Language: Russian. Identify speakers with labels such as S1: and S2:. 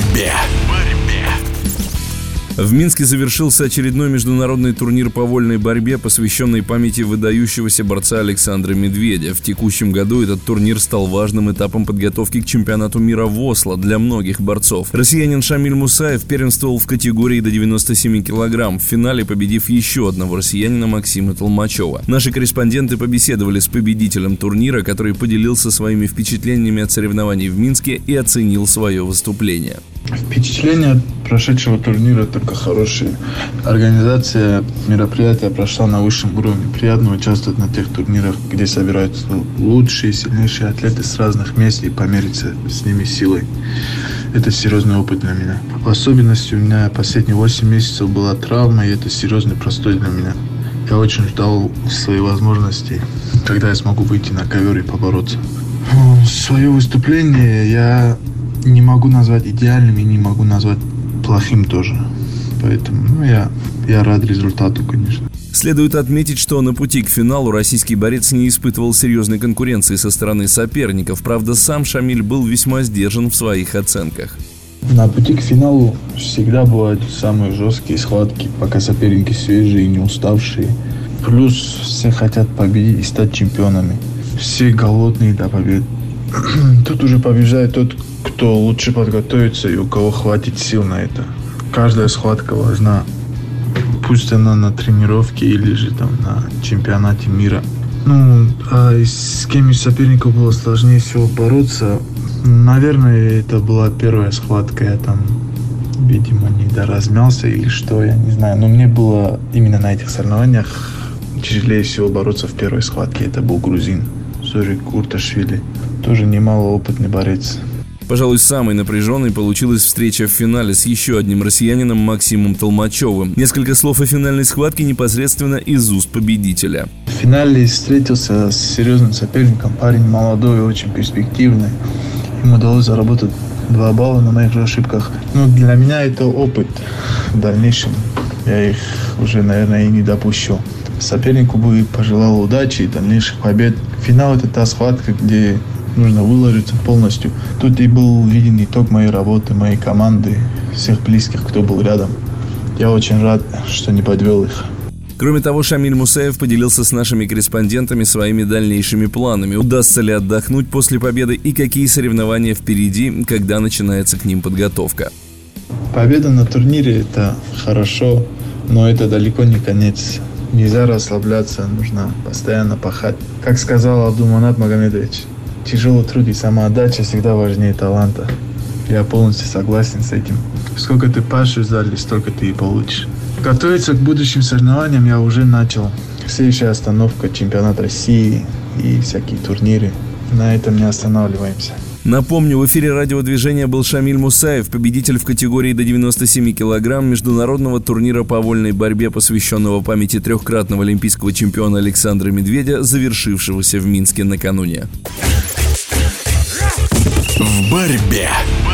S1: борьбе. В Минске завершился очередной международный турнир по вольной борьбе, посвященный памяти выдающегося борца Александра Медведя. В текущем году этот турнир стал важным этапом подготовки к чемпионату мира в Осло для многих борцов. Россиянин Шамиль Мусаев первенствовал в категории до 97 килограмм, в финале победив еще одного россиянина Максима Толмачева. Наши корреспонденты побеседовали с победителем турнира, который поделился своими впечатлениями от соревнований в Минске и оценил свое выступление.
S2: Впечатления от прошедшего турнира только хорошие. Организация мероприятия прошла на высшем уровне. Приятно участвовать на тех турнирах, где собираются лучшие, сильнейшие атлеты с разных мест и помериться с ними силой. Это серьезный опыт для меня. В особенности у меня последние 8 месяцев была травма, и это серьезный простой для меня. Я очень ждал своей возможности, когда я смогу выйти на ковер и побороться. Свое выступление я не могу назвать идеальным и не могу назвать плохим тоже. Поэтому я рад результату, конечно.
S1: Следует отметить, что на пути к финалу российский борец не испытывал серьезной конкуренции со стороны соперников. Правда, сам Шамиль был весьма сдержан в своих оценках.
S2: На пути к финалу всегда бывают самые жесткие схватки, пока соперники свежие и не уставшие. Плюс все хотят победить и стать чемпионами. Все голодные до побед. Тут уже побеждает тот, кто лучше подготовится и у кого хватит сил на это. Каждая схватка важна. Пусть она на тренировке или же там на чемпионате мира. А с кем из соперников было сложнее всего бороться? Наверное, это была первая схватка. Я там, видимо, не доразмялся или что, я не знаю. Но мне было именно на этих соревнованиях тяжелее всего бороться в первой схватке. Это был грузин Зорик Курташвили. Тоже немалоопытный борец.
S1: Пожалуй, самой напряженной получилась встреча в финале с еще одним россиянином Максимом Толмачевым. Несколько слов о финальной схватке непосредственно из уст победителя.
S2: В финале встретился с серьезным соперником. Парень молодой и очень перспективный. Ему удалось заработать 2 балла на моих же ошибках. Для меня это опыт. В дальнейшем я их уже, наверное, и не допущу. Сопернику бы пожелал удачи и дальнейших побед. Финал – это та схватка, где нужно выложиться полностью. Тут и был виден итог моей работы, моей команды, всех близких, кто был рядом. Я очень рад, что не подвел их.
S1: Кроме того, Шамиль Мусаев поделился с нашими корреспондентами своими дальнейшими планами. Удастся ли отдохнуть после победы и какие соревнования впереди, когда начинается к ним подготовка.
S2: Победа на турнире – это хорошо, но это далеко не конец. Нельзя расслабляться, нужно постоянно пахать. Как сказал Абдулманап Магомедович, тяжелый труд и самоотдача всегда важнее таланта. Я полностью согласен с этим. Сколько ты пашешь в зале, столько ты и получишь. Готовиться к будущим соревнованиям я уже начал. Следующая остановка – чемпионат России и всякие турниры. На этом не останавливаемся.
S1: Напомню, в эфире радиодвижения был Шамиль Мусаев, победитель в категории до 97 килограмм международного турнира по вольной борьбе, посвященного памяти 3-кратного олимпийского чемпиона Александра Медведя, завершившегося в Минске накануне.
S3: В борьбе.